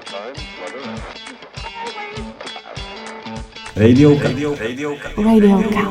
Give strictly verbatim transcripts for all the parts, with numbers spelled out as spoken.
Radiovka. Radiovka. Radiovka.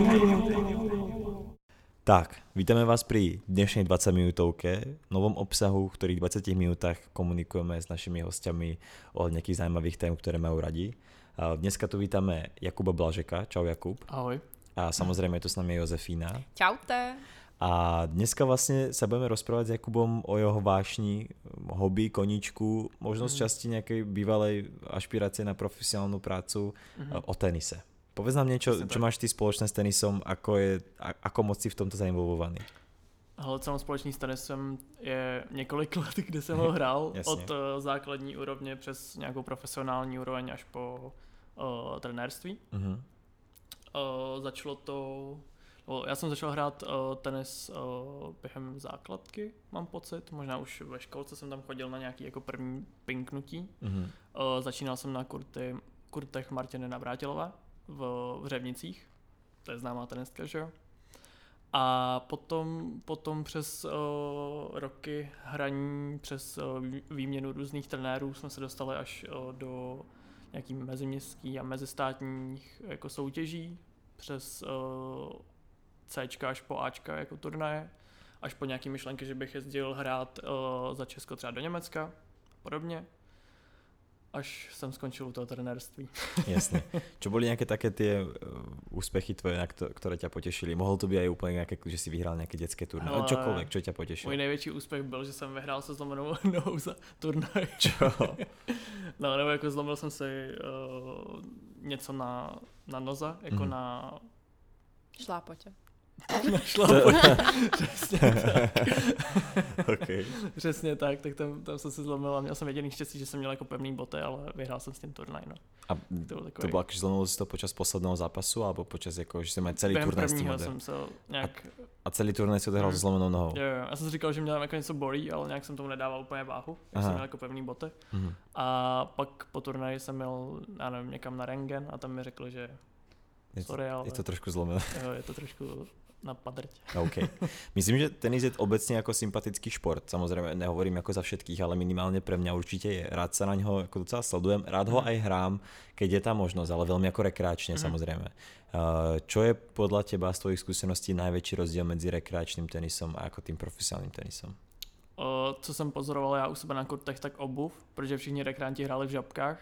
Tak, vítame vás pri dnešnej dvadsaťminútovke, novom obsahu, v ktorých dvadsiatich minútach komunikujeme s našimi hostiami o nejakých zaujímavých tém, ktoré majú radi. Dneska tu vítame Jakuba Blažeka. Čau Jakub. Ahoj. A samozrejme je tu s nami Josefína. Čaute. A dneska vlastne sa budeme rozprávať s Jakubom o jeho vášni, hobby, koníčku, možno z časti nejakej bývalej ašpirácie na profesionálnu prácu, mm-hmm. o tenise. Povedz nám niečo, čo máš ty spoločné s tenisom, ako, je, ako moc si v tomto zainvolvovaný? Hele, co mám společný s tenisem je několik let, kde jsem ho hrál, od uh, základní úrovně přes nějakou profesionální úroveň až po uh, trenérství. Mm-hmm. Uh, začalo to... Já jsem začal hrát uh, tenis uh, během základky, mám pocit. Možná už ve školce jsem tam chodil na nějaký jako první pinknutí. Mm-hmm. Uh, začínal jsem na kurty, kurtech Martiny Navrátilové v, v Řevnicích. To je známá tenistka, že jo? A potom, potom přes uh, roky hraní, přes uh, výměnu různých trenérů jsme se dostali až uh, do nějakých meziměstských a mezistátních jako soutěží. Přes... Uh, Cčka až po Ačka jako turnaje, až po nějaký myšlenky, že bych jezdil hrát uh, za Česko třeba do Německa a podobně, až jsem skončil u toho trenérství. Jasne. Čo boli nejaké také tie uh, úspechy tvoje, ktoré ťa potešili? Mohol to byť aj úplne nejaké, že si vyhral nejaké detské turnaje, ale čokoľvek, čo ťa potešilo? Můj největší úspěch byl, že jsem vyhrál se zlomenou nohou za turnaj. Čo? No, nebo jako zlomil jsem si uh, něco na, na noze, jako mm. na... Šlápotě. Našla Přesně tak. Okay. Přesně tak, tak tam, tam jsem si zlomil a měl jsem jediný štěstí, že jsem měl jako pevný boty, ale vyhrál jsem s tím turnaj. No. A to bylo, to bylo že zlomil si to počas posledného zápasu, alebo počas jako, že jsem celý během turnaj s tím jsem se nějak... A, a celý turnaj si odehrál mm. s zlomenou nohou? Jo, jo, já jsem si říkal, že mě tam jako něco bolí, ale nějak jsem tomu nedával úplně váhu, jak jsem měl jako pevný boty. Mm. A pak po turnaji jsem měl, já nevím, někam na rentgen a tam mi řekl, že je, sorry, ale... Je to trošku zlomené. Jo, je to trošku... na padrť. OK. Myslím, že tenis je obecne ako sympatický šport. Samozrejme, nehovorím ako za všetkých, ale minimálne pre mňa určite je. Rád sa na ňo ako docela sledujem. Rád ho aj hrám, keď je tá možnosť, ale veľmi ako rekreačne, mm. samozrejme. Čo je podľa teba z tvojich skúseností najväčší rozdiel medzi rekreačným tenisom a ako tým profesionálnym tenisom? O, co jsem pozoroval já u sebe na kurtech, tak obuv, protože všichni rekreanti hráli v žabkách.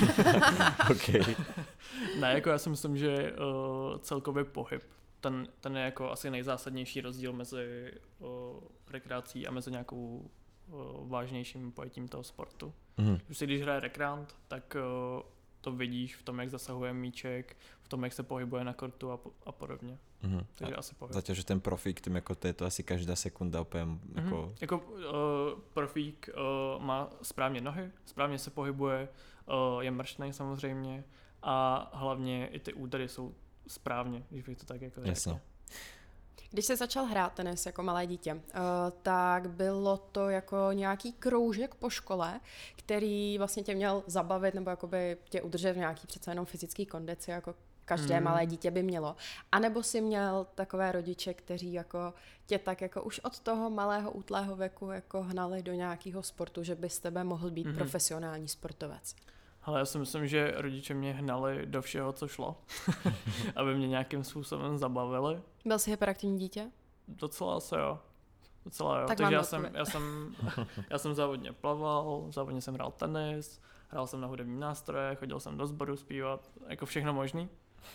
OK. Ne, jako já si myslím, že uh, celkově pohyb. Ten, ten je jako asi nejzásadnější rozdíl mezi o, rekreací a mezi nějakou o, vážnějším pojetím toho sportu. Mm. Prostě když hraje rekreant, tak o, to vidíš v tom, jak zasahuje míček, v tom, jak se pohybuje na kortu a, a podobně. Mm. Takže a asi pohyb. Zatiaľ, že ten profík, tým jako to je to asi každá sekunda úplně mm. jako... Jako o, profík o, má správně nohy, správně se pohybuje, o, je mrštnej samozřejmě a hlavně i ty údery jsou správně, když bych to tak jako řekl. Když jsi začal hrát tenis jako malé dítě, uh, tak bylo to jako nějaký kroužek po škole, který vlastně tě měl zabavit nebo jakoby tě udržet v nějaký přece jenom fyzický kondici, jako každé mm. malé dítě by mělo. A nebo jsi měl takové rodiče, kteří jako tě tak jako už od toho malého útlého věku jako hnali do nějakého sportu, že by z tebe mohl být mm. profesionální sportovec. Ale já si myslím, že rodiče mě hnali do všeho, co šlo, aby mě nějakým způsobem zabavili. Byl jsi hyperaktivní dítě? Docela se jo. Docela jo. Tak Takže já jsem, já, jsem, já jsem závodně plaval, závodně jsem hrál tenis, hrál jsem na hudební nástroje, chodil jsem do sboru zpívat, jako všechno možný.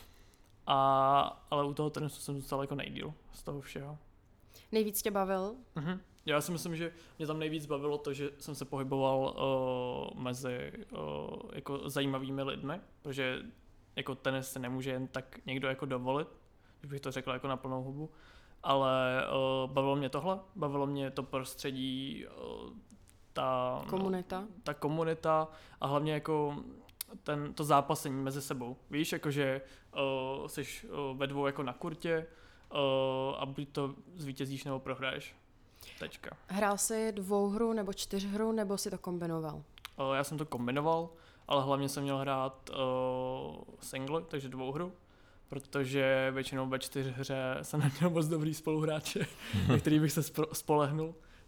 A, ale u toho tenisu jsem zůstal jako nejdýl z toho všeho. Nejvíc tě bavil? Mhm. Já si myslím, že mě tam nejvíc bavilo to, že jsem se pohyboval uh, mezi uh, jako zajímavými lidmi, protože jako tenis se nemůže jen tak někdo jako dovolit, když bych to řekl jako na plnou hubu, ale uh, bavilo mě tohle, bavilo mě to prostředí, uh, ta komunita. No, ta komunita a hlavně jako ten, to zápasení mezi sebou. Víš, jakože uh, jsi uh, ve dvou jako na kurtě uh, a buď to zvítězíš nebo prohraješ. Tečka. Hrál jsi dvouhru nebo čtyřhru, nebo si to kombinoval? Uh, já jsem to kombinoval, ale hlavně jsem měl hrát uh, single, takže dvouhru, protože většinou ve čtyřhře jsem neměl moc dobrý spoluhráče, na který bych se spolehnul.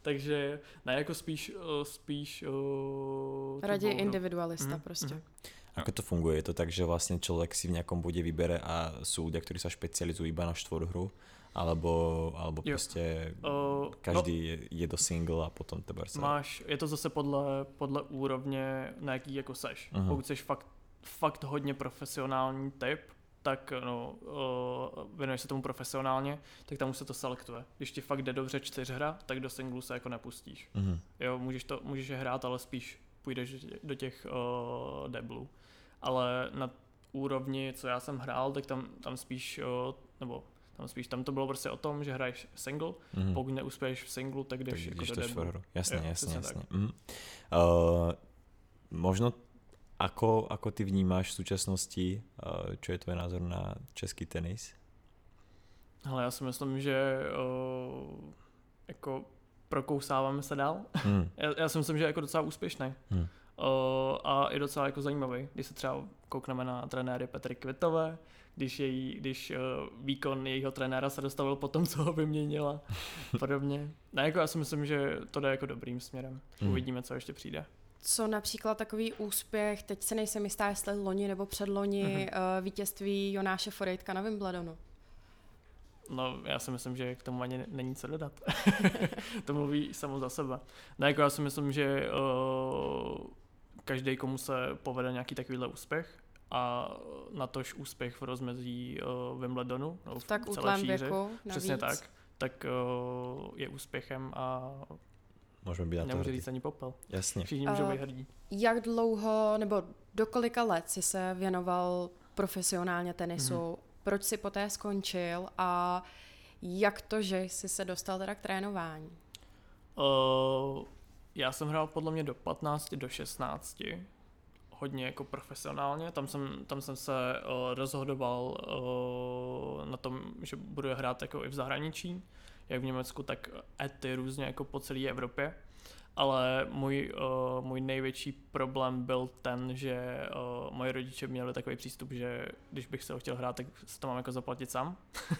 Takže ne jako spíš, spíš uh, raději individualista mm, prostě. Mm. Ako to funguje? Je to tak, že vlastne človek si v nejakom bode vybere a sú ľudia, ktorí sa špecializujú iba na štvorhru? Alebo, alebo prostě uh, každý no, je, je do single a potom tebe se... Máš, je to zase podle, podle úrovně, na jaký jako seš. Uh-huh. Pokud seš fakt, fakt hodně profesionální typ, tak no, uh, věnuješ se tomu profesionálně, tak tam už se to selektuje. Když ti fakt jde dobře čtyřhra, tak do singlu se jako nepustíš. Uh-huh. Jo, můžeš, to, můžeš je hrát, ale spíš půjdeš do těch uh, deblů. Ale na úrovni, co já jsem hrál, tak tam, tam spíš, uh, nebo tam spíš, tam to bylo prostě o tom, že hraješ single, mm-hmm. pokud neuspěješ v singlu, tak jdeš tak jako do deblu. Jasně, jo, jasně, jasně. Mm-hmm. Uh, možno ako, ako ty vnímáš v současnosti, uh, čo je tvoj názor na český tenis? Hele, já si myslím, že uh, jako prokousáváme se dál. Mm. já, já si myslím, že je jako docela úspěšný. Mm. Uh, a je docela jako zajímavý, když se třeba koukneme na trenéry Petry Kvitové, když, její, když uh, výkon jejího trenéra se dostavil po tom, co ho vyměnila, podobně. Ne, jako já si myslím, že to jde jako dobrým směrem. Mm. Uvidíme, co ještě přijde. Co například takový úspěch, teď se nejsem jistá, jestli loni nebo předloni, mm-hmm. uh, vítězství Jonáše Forejtka na Wimbledonu. No, já si myslím, že k tomu ani není co dodat. To mluví samo za sebe. No, jako já si myslím, že uh, každý, komu se povede nějaký takovýhle úspěch a natož úspěch v rozmezí uh, Wimbledonu, no, v tak celé šíři, věku, přesně tak, tak uh, je úspěchem a můžeme být nemůže říct ani popel. Jasně. Všichni můžou být hrdí. Jak dlouho, nebo do kolika let jsi se věnoval profesionálně tenisu? Mm-hmm. Proč jsi poté skončil a jak to, že jsi se dostal teda k trénování? Uh, já jsem hrál podle mě do patnácti, do šestnácti. Hodně jako profesionálně. Tam jsem, tam jsem se uh, rozhodoval uh, na tom, že budu hrát jako i v zahraničí, jak v Německu, tak ety různě jako po celé Evropě. Ale můj, uh, můj největší problém byl ten, že uh, moji rodiče měli takový přístup, že když bych se ho chtěl hrát, tak si to mám jako zaplatit sám.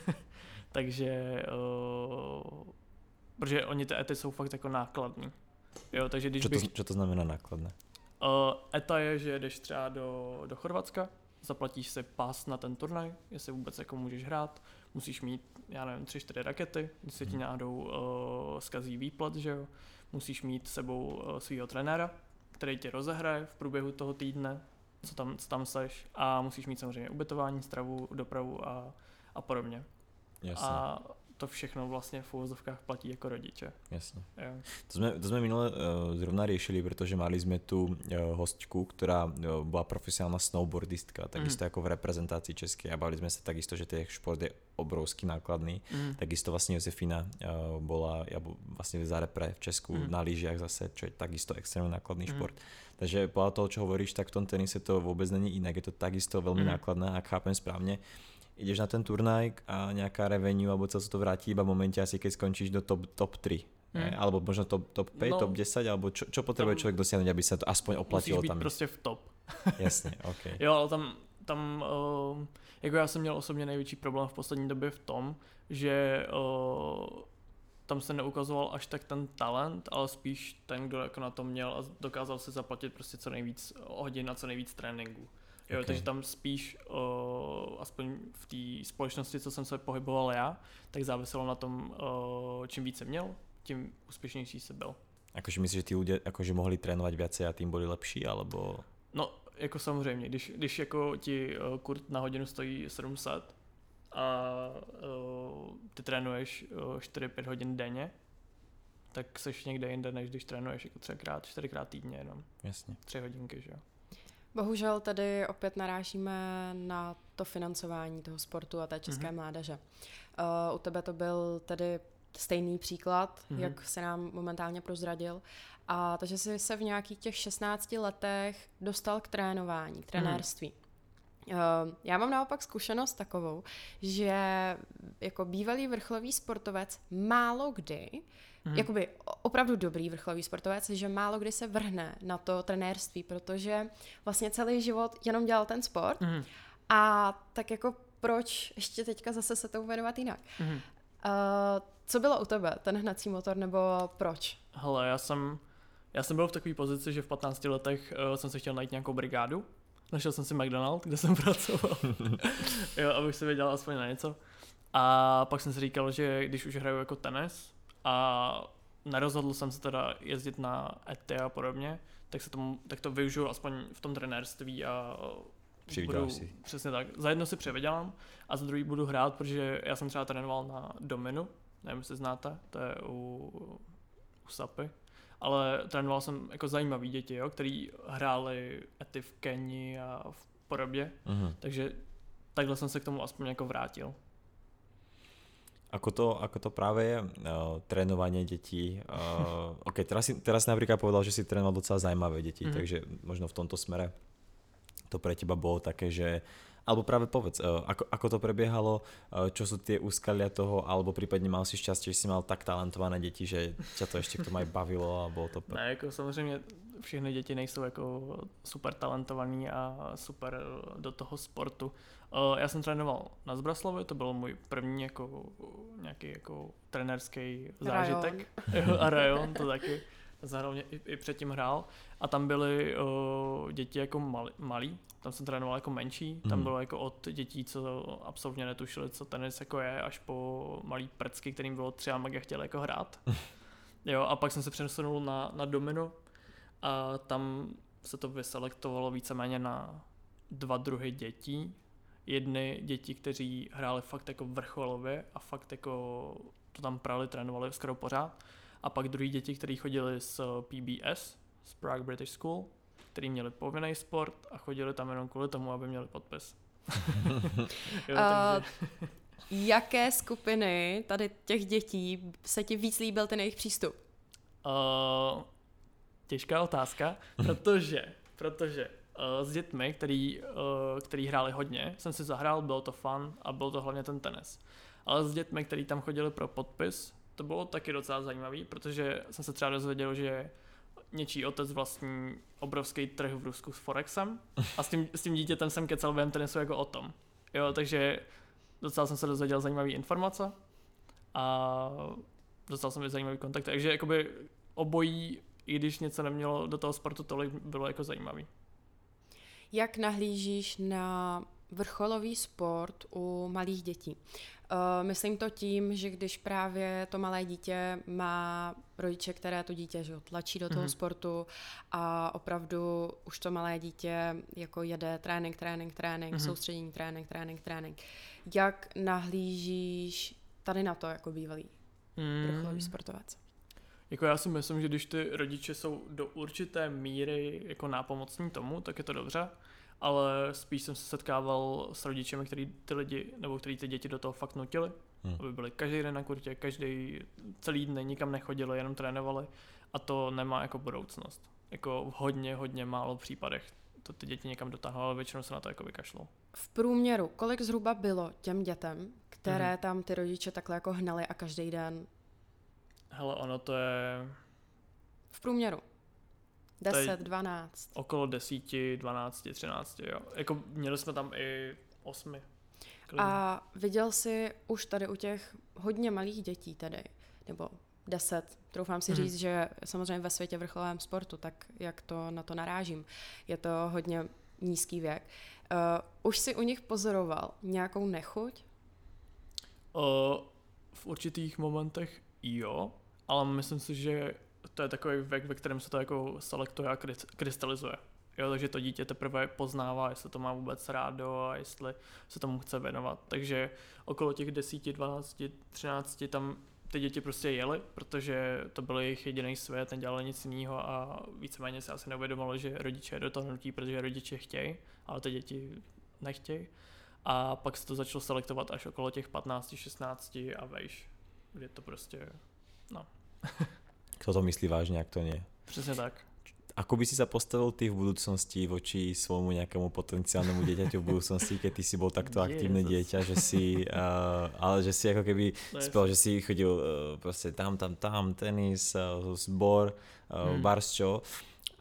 Takže, uh, protože oni ty ety jsou fakt jako nákladný. Jo, takže když čo, to, bych... čo to znamená nákladné? Uh, eta je, že jdeš třeba do, do Chorvatska, zaplatíš si pas na ten turnaj, jestli vůbec jako můžeš hrát, musíš mít, já nevím, tři, čtyři rakety, když se ti náhodou uh, zkazí výplat, že jo, musíš mít s sebou uh, svýho trenéra, který tě rozehraje v průběhu toho týdne, co tam, co tam seš, a musíš mít samozřejmě ubytování, stravu, dopravu a, a podobně. Jasně. A to všechno vlastně v uvozovkách platí jako rodiče. Jasne. Jo. To sme, to sme minule uh, zrovna riešili, pretože mali sme tu uh, hostku, ktorá uh, bola profesionálna snowboardistka, takisto mm. ako v reprezentácii českej, a bavili sme sa takisto, že ten šport je obrovský nákladný. Mm. Takisto vlastne Josefina uh, bola ja vlastne za repre v Česku mm. na lyžiach zase, čo je takisto extrémne nákladný mm. šport. Takže podľa toho, čo hovoríš, tak v tom tenise to vôbec není inak, je to takisto veľmi mm. nákladné, ak chápem správne. Ideš na ten turnaj a nejaká revenue alebo co sa to vráti iba v momente asi keď skončíš do top, top tri. Hmm. Alebo možno top, top päť, no, top desať, alebo čo, čo potrebuje človek dosiahnuť, aby sa to aspoň oplatilo tam. Musíš být prostě v top. Jasně, ok. Jo, ale tam, tam uh, jako já jsem měl osobně největší problém v poslední době v tom, že uh, tam se neukazoval až tak ten talent, ale spíš ten, kdo jako na to měl a dokázal si zaplatit prostě co nejvíc hodin a co nejvíc tréninku. Jo, okay. Takže tam spíš, uh, aspoň v té společnosti, co jsem se pohyboval já, tak záviselo na tom, uh, čím více měl, tím úspěšnější se byl. Akože myslíš, že tí ľudia akože mohli trénovať viacej a tým boli lepší, alebo... No, jako samozřejmě, když, když jako ti uh, kurt na hodinu stojí sedm set a uh, ty trénuješ uh, čtyři pět hodin denně, tak seš někde jinde, než když trénuješ jako třikrát, čtyřikrát týdně jenom. Jasně. Tři hodinky, že jo. Bohužel tady opět narážíme na to financování toho sportu a té české mm-hmm. mládeže. Uh, u tebe to byl tedy stejný příklad, mm-hmm. jak se nám momentálně prozradil. A takže jsi se v nějakých těch šestnácti letech dostal k trénování, k trenérství. Mm-hmm. Uh, já mám naopak zkušenost takovou, že jako bývalý vrcholový sportovec málo kdy, Hmm. jakoby opravdu dobrý vrcholový sportovec, že málo kdy se vrhne na to trenérství, protože vlastně celý život jenom dělal ten sport hmm. a tak jako proč ještě teďka zase se tomu věnovat jinak. Hmm. Uh, co bylo u tebe? Ten hnací motor nebo proč? Hele, já jsem, já jsem byl v takové pozici, že v patnácti letech uh, jsem si chtěl najít nějakou brigádu. Našel jsem si McDonald, kde jsem pracoval, jo, abych se věděl aspoň na něco. A pak jsem si říkal, že když už hraju jako tenis a nerozhodl jsem se teda jezdit na E T a podobně, tak, se tomu, tak to využiju aspoň v tom trenérství a budu, si. Přesně tak. Za jedno si převydělám a za druhý budu hrát, protože já jsem třeba trénoval na Dominu, nevím, jestli znáte, to je u, u Sapy, ale trénoval jsem jako zajímavý děti, jo, který hráli ety v Keni a v podobě, uh-huh. takže takhle jsem se k tomu aspoň jako vrátil. Ako to, ako to práve je, uh, trénovanie detí. Uh, ok, teraz si, teraz si napríklad povedal, že si trénoval docela zaujímavé deti, mm-hmm. takže možno v tomto smere to pre teba bolo také, že alebo práve povedz, uh, ako, ako to prebiehalo, uh, čo sú tie úskalia toho, alebo prípadne mal si šťastie, že si mal tak talentované deti, že ťa to ešte k tomu aj bavilo a bolo to... Pre... Ne, jako samozřejmě všechny děti nejsou jako super talentovaný a super do toho sportu. Uh, já jsem trénoval na Zbraslavi, to byl můj první jako nějaký jako trenérský zážitek. Rajon. A rajon, to taky. Zároveň i, i předtím hrál. A tam byly uh, děti jako mali, malí, tam jsem trénoval jako menší, tam hmm. bylo jako od dětí, co absolutně netušili, co tenis jako je, až po malý prcky, kterým bylo tři a mega chtěli jako hrát. Jo, a pak jsem se přesunul na, na Domino a tam se to vyselektovalo víceméně na dva druhy dětí. Jedny děti, kteří hráli fakt jako vrcholově a fakt jako to tam prali, trénovali skoro pořád. A pak druhý děti, kteří chodili z P B S, z Prague British School, kteří měli povinný sport a chodili tam jenom kvůli tomu, aby měli podpis. jo, uh, jaké skupiny tady těch dětí se ti víc líbil ten jejich přístup? Uh, těžká otázka, protože, protože uh, s dětmi, který, uh, který hráli hodně, jsem si zahrál, bylo to fun a byl to hlavně ten tenis. Ale s dětmi, který tam chodili pro podpis, to bylo taky docela zajímavý, protože jsem se třeba dozvěděl, že něčí otec vlastní obrovský trh v Rusku s Forexem a s tím, s tím dítětem jsem kecal během tenisu jako o tom. Jo, takže docela jsem se dozvěděl zajímavé informace a dostal jsem i zajímavý kontakt. Takže jakoby obojí, i když něco nemělo do toho sportu tolik, bylo jako zajímavý. Jak nahlížíš na vrcholový sport u malých dětí? Uh, myslím to tím, že když právě to malé dítě má rodiče, které to dítě že, tlačí do toho mm-hmm. sportu a opravdu už to malé dítě jako jede trénink, trénink, trénink, mm-hmm. soustředění, trénink, trénink, trénink. Jak nahlížíš tady na to jako bývalý mm. vrcholový sportovec? Jako já si myslím, že když ty rodiče jsou do určité míry jako nápomocní tomu, tak je to dobře. Ale spíš jsem se setkával s rodičemi, který ty lidi, nebo který ty děti do toho fakt nutili, hmm. aby byli každý den na kurtě, každý celý den nikam nechodili, jenom trénovali a to nemá jako budoucnost. Jako v hodně, hodně málo případech to ty děti někam dotáhlo, ale většinou se na to jako vykašlou. V průměru, kolik zhruba bylo těm dětem, které hmm. tam ty rodiče takhle jako hnali a každý den? Hele, ono to je... V průměru. deset, dvanáct. Okolo desíti, dvanácti, třinácti, jo. Jako měli jsme tam i osmi. Klidně. A viděl jsi už tady u těch hodně malých dětí tedy, nebo deset, troufám si mm-hmm. říct, že samozřejmě ve světě vrcholovém sportu, tak jak to na to narážím, je to hodně nízký věk. Uh, už si u nich pozoroval nějakou nechuť? Uh, v určitých momentech jo, ale myslím si, že to je takový věk, ve kterém se to jako selektuje a krystalizuje. Jo, takže to dítě teprve poznává, jestli to má vůbec rádo a jestli se tomu chce věnovat. Takže okolo těch deseti, dvanácti, třinácti tam ty děti prostě jeli, protože to byl jejich jediný svět, nedělali nic jiného a víceméně se asi neuvědomilo, že rodiče do toho nutí, protože rodiče chtějí, ale ty děti nechtějí. A pak se to začalo selektovat až okolo těch patnácti, šestnácti a vejš, kdy to prostě, no. Kto to myslí vážne, ak to nie? Přesně tak. Ako by si sa postavil ty v budúcnosti voči svojmu nejakému potenciálnemu dieťaťu v budúcnosti, keď ty si bol takto aktívne dieťa, že si, uh, ale že si ako keby spel, že si chodil uh, proste tam, tam, tam, tenis, uh, zbor, uh, hmm. barsčo.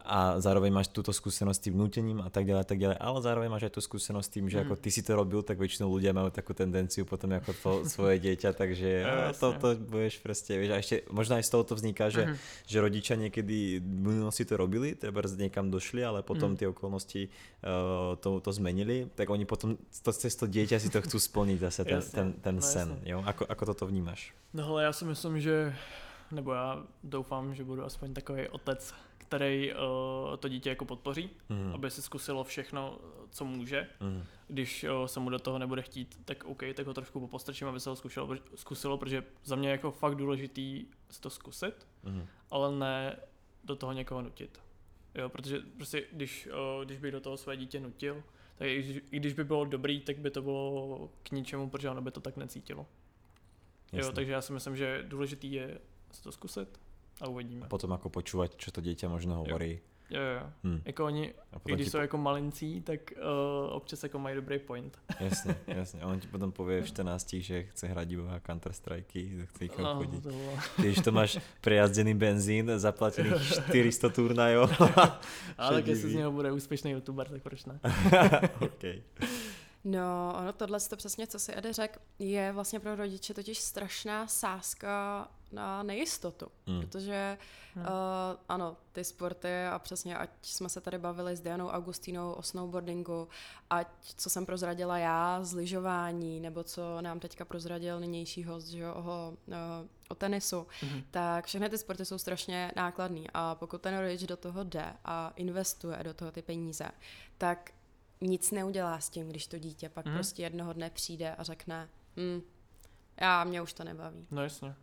a zároveň máš túto skúsenosť s tým nútením a tak ďalej, tak ďalej, ale zároveň máš aj tú skúsenosť s tým, že mm. ako ty si to robil, tak väčšinou ľudia majú takú tendenciu potom ako to svoje dieťa, takže ja, to, to budeš proste, vieš, a ešte možno aj z toho to vzniká, že, mm. že rodičia niekedy v minulosti to robili, treba niekam došli, ale potom mm. tie okolnosti uh, to, to zmenili, tak oni potom to, cez to dieťa si to chcú splniť zase ten, ten, ten no, sen, jo? Ako, ako toto vnímaš? No hele, já si myslím, že, nebo já doufám, že budu aspoň takový otec, který uh, to dítě jako podpoří, mm. aby si zkusilo všechno, co může. Mm. Když uh, se mu do toho nebude chtít, tak OK, tak ho trošku popostrčím, aby se ho zkusilo, zkusilo, protože za mě je jako fakt důležitý si to zkusit, mm. ale ne do toho někoho nutit. Jo, protože prostě když, uh, když by do toho své dítě nutil, tak i když, i když by bylo dobrý, tak by to bylo k ničemu, protože ono by to tak necítilo. Jo, takže já si myslím, že důležitý je si to zkusit. A uvidíme. A potom ako počúvať, čo to dieťa možno hovorí. Jo, jo. Hmm. Jako oni, i když ti... jsou jako malincí, tak uh, občas jako mají dobrý point. Jasně, jasně. A on ti potom povie v štrnácti, že chce hrať iba Counter-Strike, že chce ich no, obchodiť. Když to máš prejazdený benzín, zaplatených štyri sto turnajov. Ale tak jestli z něho bude úspěšný youtuber, tak proč ne? Okay. No, ono tohle to přesně, co si Ede řekl, je vlastně pro rodiče totiž strašná sázka na nejistotu, mm. protože mm. Uh, ano, ty sporty a přesně, ať jsme se tady bavili s Dianou Augustínou o snowboardingu, ať co jsem prozradila já z lyžování, nebo co nám teďka prozradil nynější host, že jo, o, o tenisu, mm. tak všechny ty sporty jsou strašně nákladný a pokud ten rodič do toho jde a investuje do toho ty peníze, tak nic neudělá s tím, když to dítě pak mm. prostě jednoho dne přijde a řekne hm, já, mě už to nebaví. No jasně.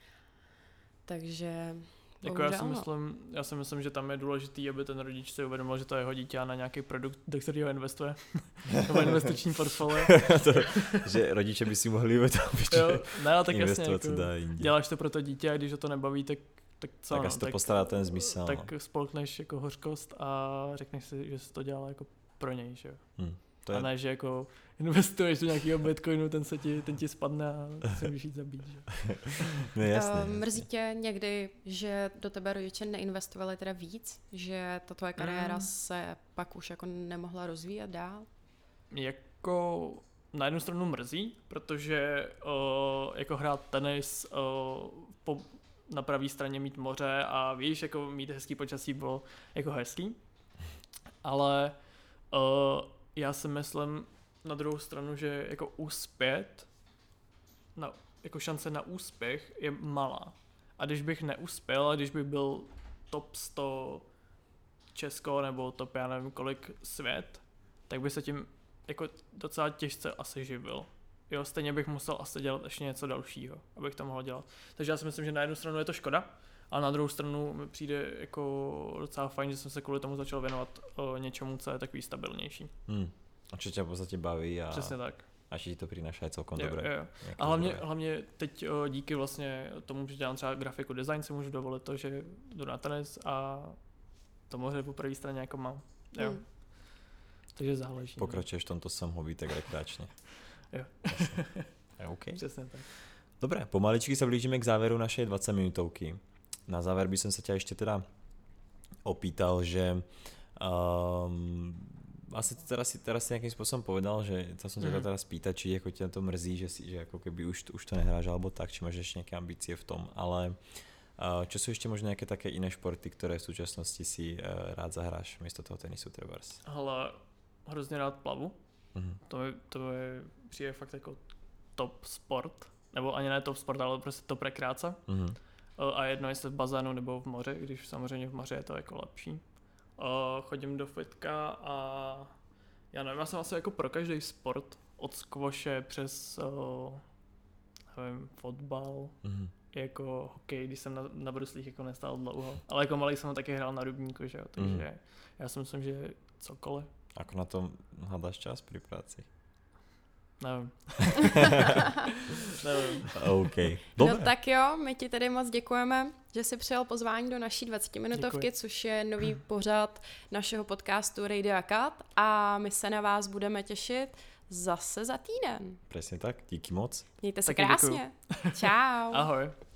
Takže jako já, si myslím, já si myslím, že tam je důležitý, aby ten rodič si uvědomil, že to je jeho dítě a na nějaký produkt, do kterého investuje. Nebo investiční portfolio. to, že rodiče by si mohli uvědomit, že ne, tak jasně, jako, děláš to pro to dítě a když ho to nebaví, tak tak co, tak no, asi to postará ten zmysel. Tak no. Spolkneš jako hořkost a řekneš si, že jsi to dělala jako pro něj, že jo. Hmm, to je... A ne, že jako investuješ do nějakého bitcoinu, ten se ti, ten ti spadne a se můžeš jít zabít, že? No jasně. Uh, mrzí tě někdy, že do tebe rodiče neinvestovali teda víc, že ta tvoje kariéra mm. se pak už jako nemohla rozvíjet dál? Jako na jednu stranu mrzí, protože uh, jako hrát tenis uh, po, na pravé straně mít moře a víš, jako mít hezký počasí bylo jako hezký, ale Uh, já si myslím na druhou stranu, že jako úspěch, na, jako šance na úspěch je malá. A když bych neuspěl, a když bych byl top sto Česko nebo top já nevím kolik svět, tak by se tím jako docela těžce asi živil. Jo, stejně bych musel asi dělat ještě něco dalšího, abych to mohl dělat. Takže já si myslím, že na jednu stranu je to škoda, a na druhou stranu mi přijde jako docela fajn, že jsem se kvůli tomu začal věnovat o něčemu, co je takový stabilnější. Hmm. A čo ťa v podstate baví a... Přesně tak. A ti to prináša aj celkom jo, dobré. Jo, jo. A hlavně, hlavně teď o, díky vlastně tomu, že dělám třeba grafiku design, si můžu dovolit to, že jdu na tenis a to moře po první straně jako mám. Jo. Hmm. Takže záleží. Pokračuješ v tomto som hobby tak rekreačne. Jo. Je OK. Přesně tak. Dobre, pomaličky sa blížime k záveru našej dvadsaťminútovky. Na záver by som sa ťa ešte teda opýtal, že um, vlastne teraz si, teraz si nejakým spôsobom povedal, že to som sa mm. teraz pýtať, či ako ťa to mrzí, že, si, že ako keby už, už to nehráš alebo tak, či máš ešte nejaké ambície v tom, ale uh, čo sú ešte možno nejaké také iné športy, ktoré v súčasnosti si uh, rád zahráš miesto toho tenisu trebárs? Hele, hrozně rád plavu. Mm. To, je, to je přijde fakt jako top sport, nebo ani ne top sport, ale prostě top rekreace. Mm. A jedno jestli v bazénu nebo v moři, když samozřejmě v moři je to jako lepší. Uh, chodím do fitka a já nevím, já jsem asi jako pro každý sport, od squashe přes uh, nevím, fotbal, mm-hmm. jako hokej, když jsem na, na bruslích jako nestál dlouho, ale jako malý jsem taky hrál na rybníku, že jo, takže mm-hmm. já si myslím, že cokoliv. Ako na tom hľadáš čas pri práci? Nevím. Nevím. OK. Dobre. No tak jo, my ti tedy moc děkujeme, že jsi přijal pozvání do naší dvacetiminutovky, což je nový pořad našeho podcastu Radio Cut a my se na vás budeme těšit zase za týden. Presne tak, díky moc. Mějte se Taky krásně. Čau. Ahoj.